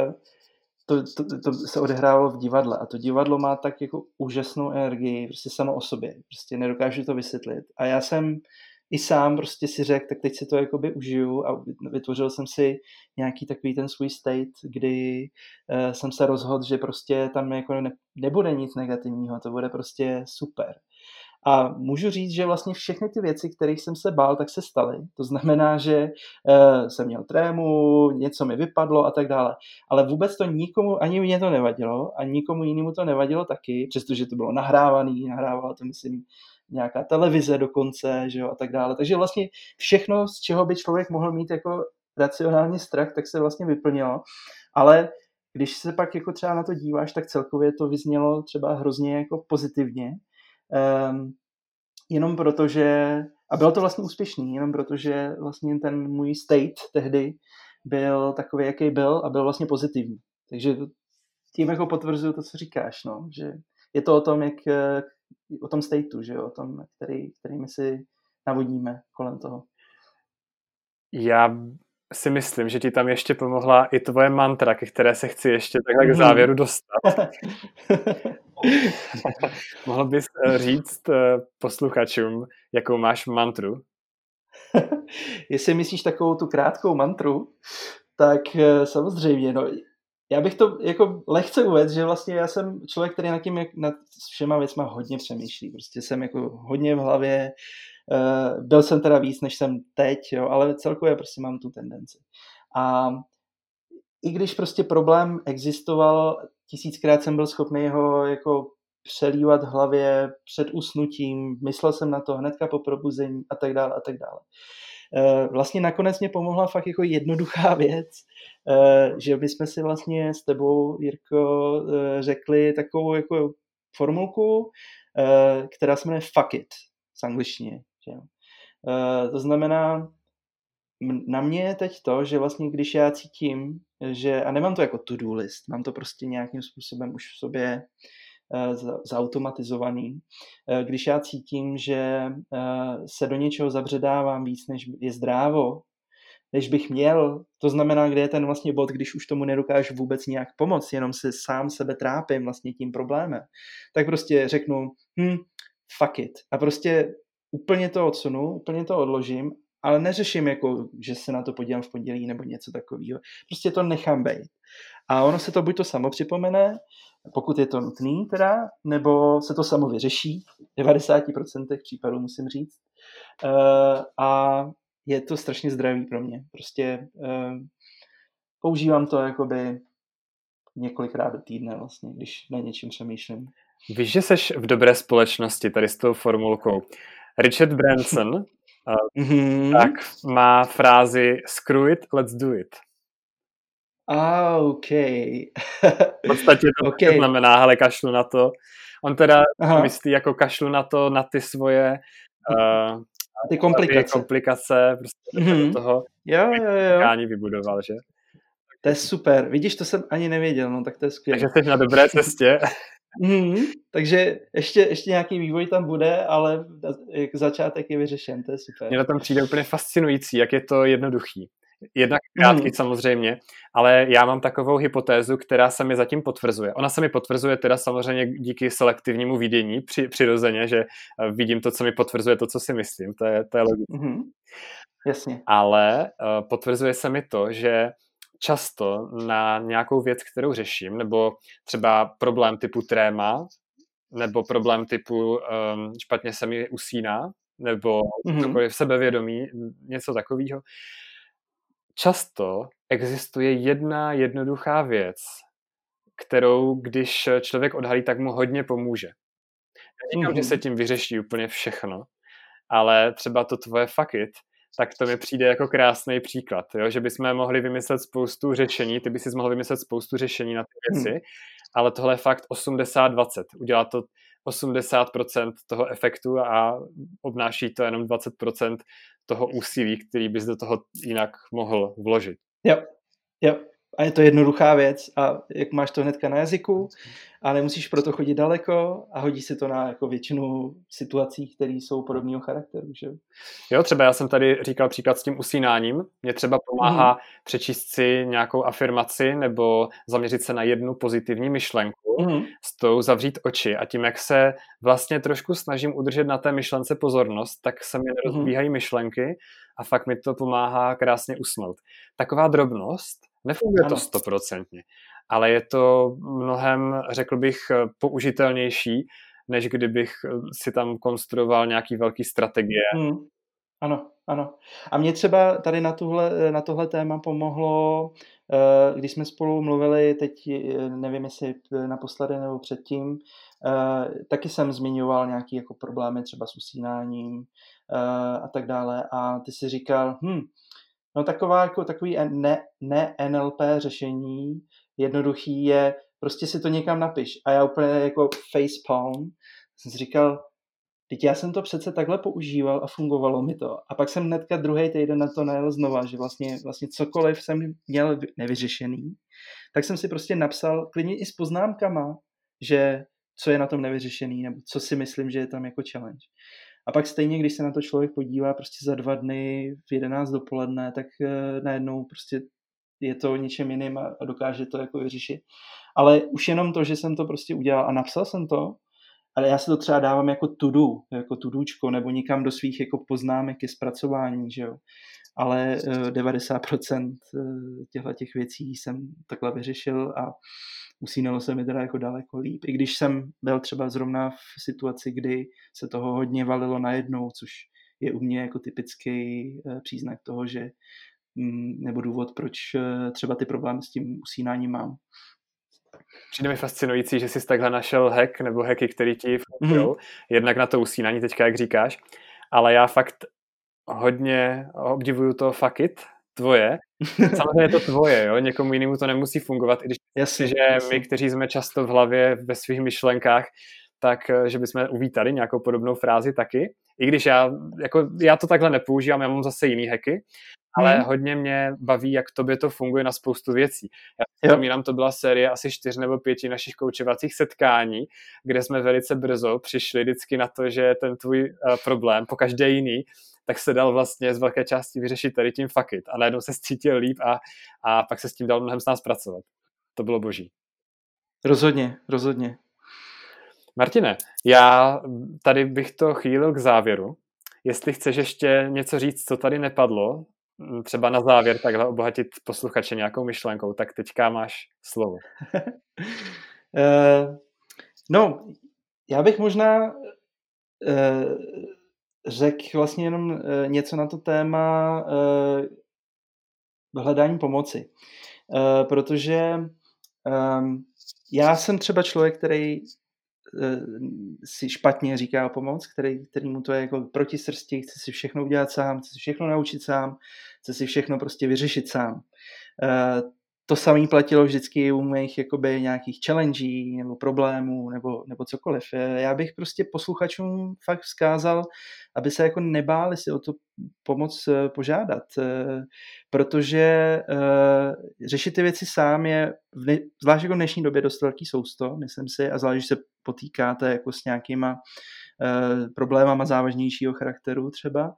to se odehrálo v divadle a to divadlo má tak jako úžasnou energii prostě samo o sobě, prostě nedokážu to vysvětlit a já jsem i sám prostě si řekl, tak teď si to jakoby užiju a vytvořil jsem si nějaký takový ten svůj state, kdy jsem se rozhodl, že prostě tam jako nebude nic negativního, to bude prostě super. A můžu říct, že vlastně všechny ty věci, kterých jsem se bál, tak se staly. To znamená, že jsem měl trému, něco mi vypadlo a tak dále. Ale vůbec to nikomu, ani mě to nevadilo, a nikomu jinému to nevadilo taky, přestože to bylo nahrávala to, myslím, nějaká televize dokonce, že jo, a tak dále. Takže vlastně všechno, z čeho by člověk mohl mít jako racionální strach, tak se vlastně vyplnilo. Ale když se pak jako třeba na to díváš, tak celkově to vyznělo třeba hrozně jako pozitivně. Jenom protože, a bylo to vlastně úspěšný, jenom protože vlastně ten můj state tehdy byl takový, jaký byl a byl vlastně pozitivní. Takže tím jako potvrzuju to, co říkáš, no, že je to o tom, o tom stateu, že jo, o tom, který my si navodíme kolem toho. Já si myslím, že ti tam ještě pomohla i tvoje mantra, ke které se chci ještě takhle k závěru dostat. Mohl bys říct posluchačům, jakou máš mantru? Jestli myslíš takovou tu krátkou mantru, tak samozřejmě, no, já bych to jako lehce uvedl, že vlastně já jsem člověk, který nad všema věcma hodně přemýšlí. Prostě jsem jako hodně v hlavě, byl jsem teda víc, než jsem teď, jo, ale celkově prostě mám tu tendenci. A i když prostě problém existoval, 1000krát jsem byl schopný ho jako přelívat v hlavě před usnutím, myslel jsem na to hnedka po probuzení a tak dále a tak dále. Vlastně nakonec mě pomohla fakt jako jednoduchá věc, že my jsme si vlastně s tebou, Jirko, řekli takovou jako formulku, která se jmenuje fuck it z angličtině. To znamená, na mě je teď to, že vlastně když já cítím, že, a nemám to jako to-do list, mám to prostě nějakým způsobem už v sobě zautomatizovaný. Když já cítím, že se do něčeho zabředávám víc, než je zdrávo, než bych měl, to znamená, kde je ten vlastně bod, když už tomu nedokážu vůbec nějak pomoct, jenom si sám sebe trápím vlastně tím problémem, tak prostě řeknu, fuck it. A prostě úplně to odsunu, úplně to odložím, ale neřeším jako, že se na to podívám v pondělí nebo něco takového. Prostě to nechám bejt. A ono se to buď to samo připomene, pokud je to nutný teda, nebo se to samo vyřeší, v 90% případů musím říct. A je to strašně zdravý pro mě. Prostě používám to jakoby několikrát do týdne vlastně, když na něčem přemýšlím. Víš, že seš v dobré společnosti tady s tou formulkou. Richard Branson tak má frázi screw it, let's do it. OK. V podstatě to znamená, hele, kašlu na to. On teda myslí jako kašlu na to, na ty svoje ty komplikace prostě do toho kání vybudoval, že? To je super. Vidíš, to jsem ani nevěděl, no tak to je skvělé. Takže jsi na dobré cestě. Takže ještě nějaký vývoj tam bude, ale začátek je vyřešen, to je super. Mně to tam přijde úplně fascinující, jak je to jednoduchý. Jednak krátký samozřejmě, ale já mám takovou hypotézu, která se mi zatím potvrzuje. Ona se mi potvrzuje teda samozřejmě díky selektivnímu vidění přirozeně, že vidím to, co mi potvrzuje to, co si myslím. To je logické. Jasně. Ale potvrzuje se mi to, že často na nějakou věc, kterou řeším, nebo třeba problém typu tréma, nebo problém typu špatně se mi usíná, nebo cokoliv sebevědomí, něco takového, často existuje jedna jednoduchá věc, kterou, když člověk odhalí, tak mu hodně pomůže. Neříkám, že se tím vyřeší úplně všechno, ale třeba to tvoje fuck it, tak to mi přijde jako krásný příklad, jo? Že bychom mohli vymyslet spoustu řešení, ty bys si mohl vymyslet spoustu řešení na ty věci, ale tohle je fakt 80-20. Udělá to 80% toho efektu a obnáší to jenom 20% toho úsilí, který bys do toho jinak mohl vložit. Jo. A je to jednoduchá věc a jak máš to hnedka na jazyku a nemusíš proto chodit daleko a hodí se to na jako většinu situací, které jsou podobného charakteru, že? Jo, třeba já jsem tady říkal příklad s tím usínáním. Mně třeba pomáhá přečíst si nějakou afirmaci nebo zaměřit se na jednu pozitivní myšlenku, s tou zavřít oči a tím, jak se vlastně trošku snažím udržet na té myšlence pozornost, tak se mi nerozbíhají myšlenky a fakt mi to pomáhá krásně usnout. Taková drobnost, nefunguje to 100%, ale je to mnohem, řekl bych, použitelnější, než kdybych si tam konstruoval nějaký velký strategie. Ano. A mě třeba tady na tohle téma pomohlo, když jsme spolu mluvili, teď nevím, jestli naposledy nebo předtím, taky jsem zmiňoval nějaký jako problémy třeba s usínáním a tak dále a ty si říkal, no takový ne NLP řešení jednoduchý je, prostě si to někam napiš. A já úplně jako facepalm jsem si říkal, teď já jsem to přece takhle používal a fungovalo mi to. A pak jsem hnedka druhý týden na to najel znova, že vlastně cokoliv jsem měl nevyřešený, tak jsem si prostě napsal, klidně i s poznámkama, že co je na tom nevyřešený, nebo co si myslím, že je tam jako challenge. A pak stejně, když se na to člověk podívá prostě za 2 dny v 11 dopoledne, tak najednou prostě je to ničem jiným a dokáže to jako vyřešit. Ale už jenom to, že jsem to prostě udělal a napsal jsem to, ale já si to třeba dávám jako to-dočko, nebo někam do svých jako poznámek ke zpracování, že jo. Ale 90% těch věcí jsem takhle vyřešil a usínalo se mi teda jako daleko líp. I když jsem byl třeba zrovna v situaci, kdy se toho hodně valilo najednou, což je u mě jako typický příznak toho, že nebo důvod, proč třeba ty problémy s tím usínáním mám. Přijde mi fascinující, že jsi takhle našel hack nebo hacky, který ti fungují. Jednak na to usínání teďka, jak říkáš, ale já fakt hodně obdivuju to fuck it, tvoje. Samozřejmě je to tvoje, jo? Někomu jinému to nemusí fungovat, i když jasně. My, kteří jsme často v hlavě ve svých myšlenkách, tak, že bychom uvítali nějakou podobnou frázi taky. I když já to takhle nepoužívám, já mám zase jiný hacky, ale hodně mě baví, jak tobě to funguje na spoustu věcí. Já si vzpomínám, to byla série asi 4 nebo 5 našich koučovacích setkání, kde jsme velice brzo přišli vždycky na to, že ten tvůj problém, pokaždé jiný, tak se dal vlastně z velké části vyřešit tady tím fuck it. A najednou se cítil líp a pak se s tím dal mnohem s nás pracovat. To bylo boží. Rozhodně. Martine, já tady bych to chýlil k závěru. Jestli chceš ještě něco říct, co tady nepadlo, třeba na závěr takhle obohatit posluchače nějakou myšlenkou, tak teďka máš slovo. No, já bych možná řekl vlastně jenom něco na to téma hledání pomoci. Protože já jsem třeba člověk, který si špatně říká o pomoc, který mu to je jako proti srsti, chce si všechno udělat sám, chce si všechno naučit sám, chce si všechno prostě vyřešit sám. To samé platilo vždycky u mých jakoby nějakých challengí nebo problémů nebo cokoliv. Já bych prostě posluchačům fakt vzkázal, aby se jako nebáli si o tu pomoc požádat, protože řešit ty věci sám je zvlášť jako v dnešní době dost velký sousto, myslím si, a zvlášť, že se potýkáte jako s nějakýma problémama závažnějšího charakteru třeba.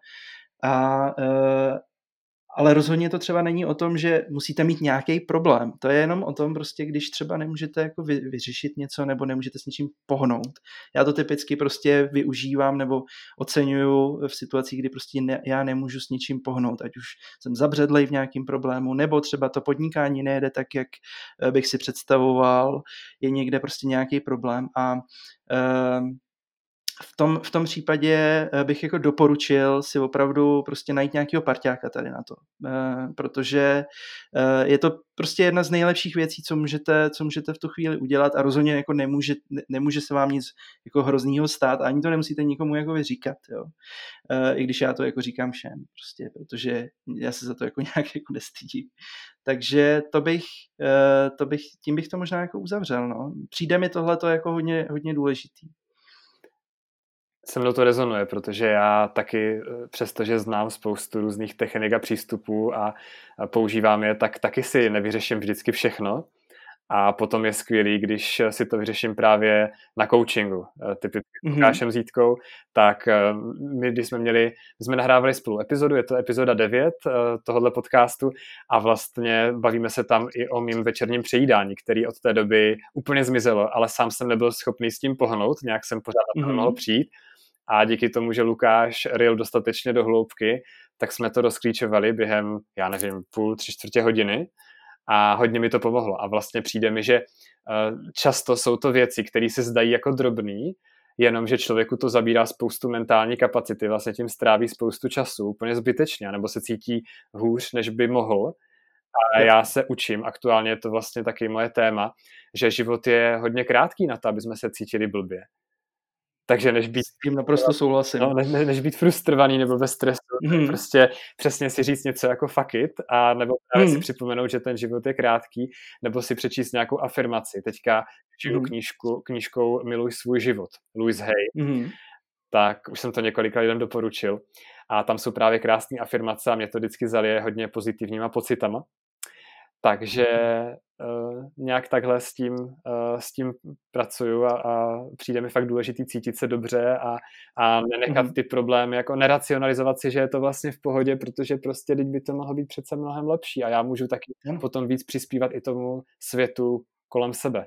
Ale rozhodně to třeba není o tom, že musíte mít nějaký problém. To je jenom o tom prostě, když třeba nemůžete jako vyřešit něco nebo nemůžete s něčím pohnout. Já to typicky prostě využívám nebo oceňuju v situacích, kdy prostě já nemůžu s něčím pohnout, ať už jsem zabředlej v nějakém problému, nebo třeba to podnikání nejde tak, jak bych si představoval, je někde prostě nějaký problém a v tom případě bych jako doporučil si opravdu prostě najít nějakého parťáka tady na to, protože je to prostě jedna z nejlepších věcí, co můžete v tu chvíli udělat a rozhodně jako nemůže se vám nic jako hroznýho stát a ani to nemusíte nikomu jako vyříkat, jo. I když já to jako říkám všem, prostě, protože já se za to jako nějak jako nestydím. Takže tím bych to možná jako uzavřel, no. Přijde mi tohleto jako hodně důležitý. Se mnou to rezonuje, protože já taky, přestože znám spoustu různých technik a přístupů a používám je, tak taky si nevyřeším vždycky všechno. A potom je skvělý, když si to vyřeším právě na coachingu. Typicky s Lukášem Zítkou, tak my, když jsme nahrávali spolu epizodu, je to epizoda 9 tohohle podcastu a vlastně bavíme se tam i o mým večerním přejídání, který od té doby úplně zmizelo, ale sám jsem nebyl schopný s tím pohnout, nějak jsem pořád na to mohl přijít. A díky tomu, že Lukáš ryl dostatečně do hloubky, tak jsme to rozklíčovali během, já nevím, půl, 3/4 hodiny a hodně mi to pomohlo. A vlastně přijde mi, že často jsou to věci, které se zdají jako drobný, jenomže člověku to zabírá spoustu mentální kapacity, vlastně tím stráví spoustu času, úplně zbytečně, nebo se cítí hůř, než by mohl. A já se učím, aktuálně je to vlastně taky moje téma, že život je hodně krátký na to, aby jsme se cítili blbě. Takže než být... S tím naprosto souhlasím. No, než být frustrovaný nebo ve stresu, prostě přesně si říct něco jako fuck it, a nebo právě si připomenout, že ten život je krátký, nebo si přečíst nějakou afirmaci. Teďka čtu knížkou Miluj svůj život, Louise Hay, tak už jsem to několika lidem doporučil. A tam jsou právě krásné afirmace a mě to vždycky zalije hodně pozitivníma pocitama. Takže nějak takhle s tím pracuju a přijde mi fakt důležitý cítit se dobře a nenechat ty problémy, jako neracionalizovat si, že je to vlastně v pohodě, protože prostě teď by to mohlo být přece mnohem lepší a já můžu taky potom víc přispívat i tomu světu kolem sebe.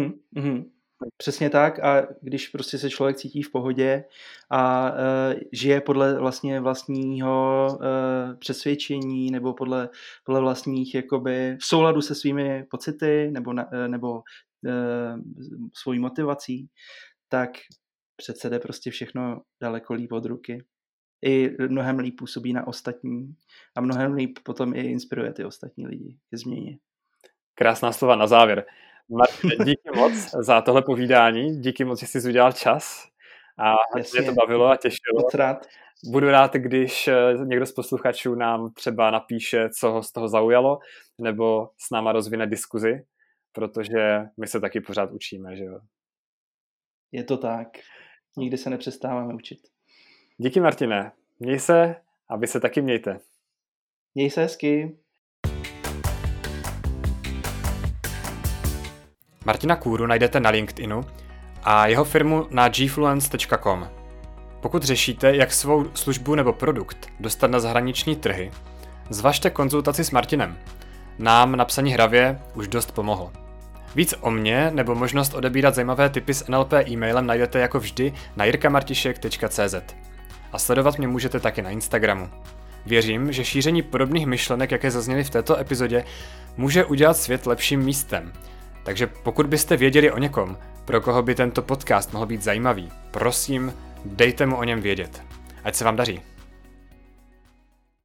Přesně tak, a když prostě se člověk cítí v pohodě a žije podle vlastně vlastního přesvědčení nebo podle vlastních jakoby v souladu se svými pocity nebo svojí motivací, tak přece jde prostě všechno daleko líp od ruky. I mnohem líp působí na ostatní a mnohem líp potom i inspiruje ty ostatní lidi ke změně. Krásná slova na závěr. Martine, díky moc za tohle povídání, díky moc, že jsi udělal čas a mě to bavilo a těšilo. Moc rád. Budu rád, když někdo z posluchačů nám třeba napíše, co ho z toho zaujalo, nebo s náma rozvine diskuzi, protože my se taky pořád učíme, že jo? Je to tak. Nikdy se nepřestáváme učit. Díky, Martine. Měj se a vy se taky mějte. Měj se hezky. Martina Kůru najdete na LinkedInu a jeho firmu na gfluence.com. Pokud řešíte, jak svou službu nebo produkt dostat na zahraniční trhy, zvažte konzultaci s Martinem. Nám na psaní hravě už dost pomohlo. Víc o mně nebo možnost odebírat zajímavé tipy s NLP e-mailem najdete jako vždy na jirkamartišek.cz. A sledovat mě můžete taky na Instagramu. Věřím, že šíření podobných myšlenek, jaké zazněly v této epizodě, může udělat svět lepším místem. Takže pokud byste věděli o někom, pro koho by tento podcast mohl být zajímavý, prosím, dejte mu o něm vědět. Ať se vám daří.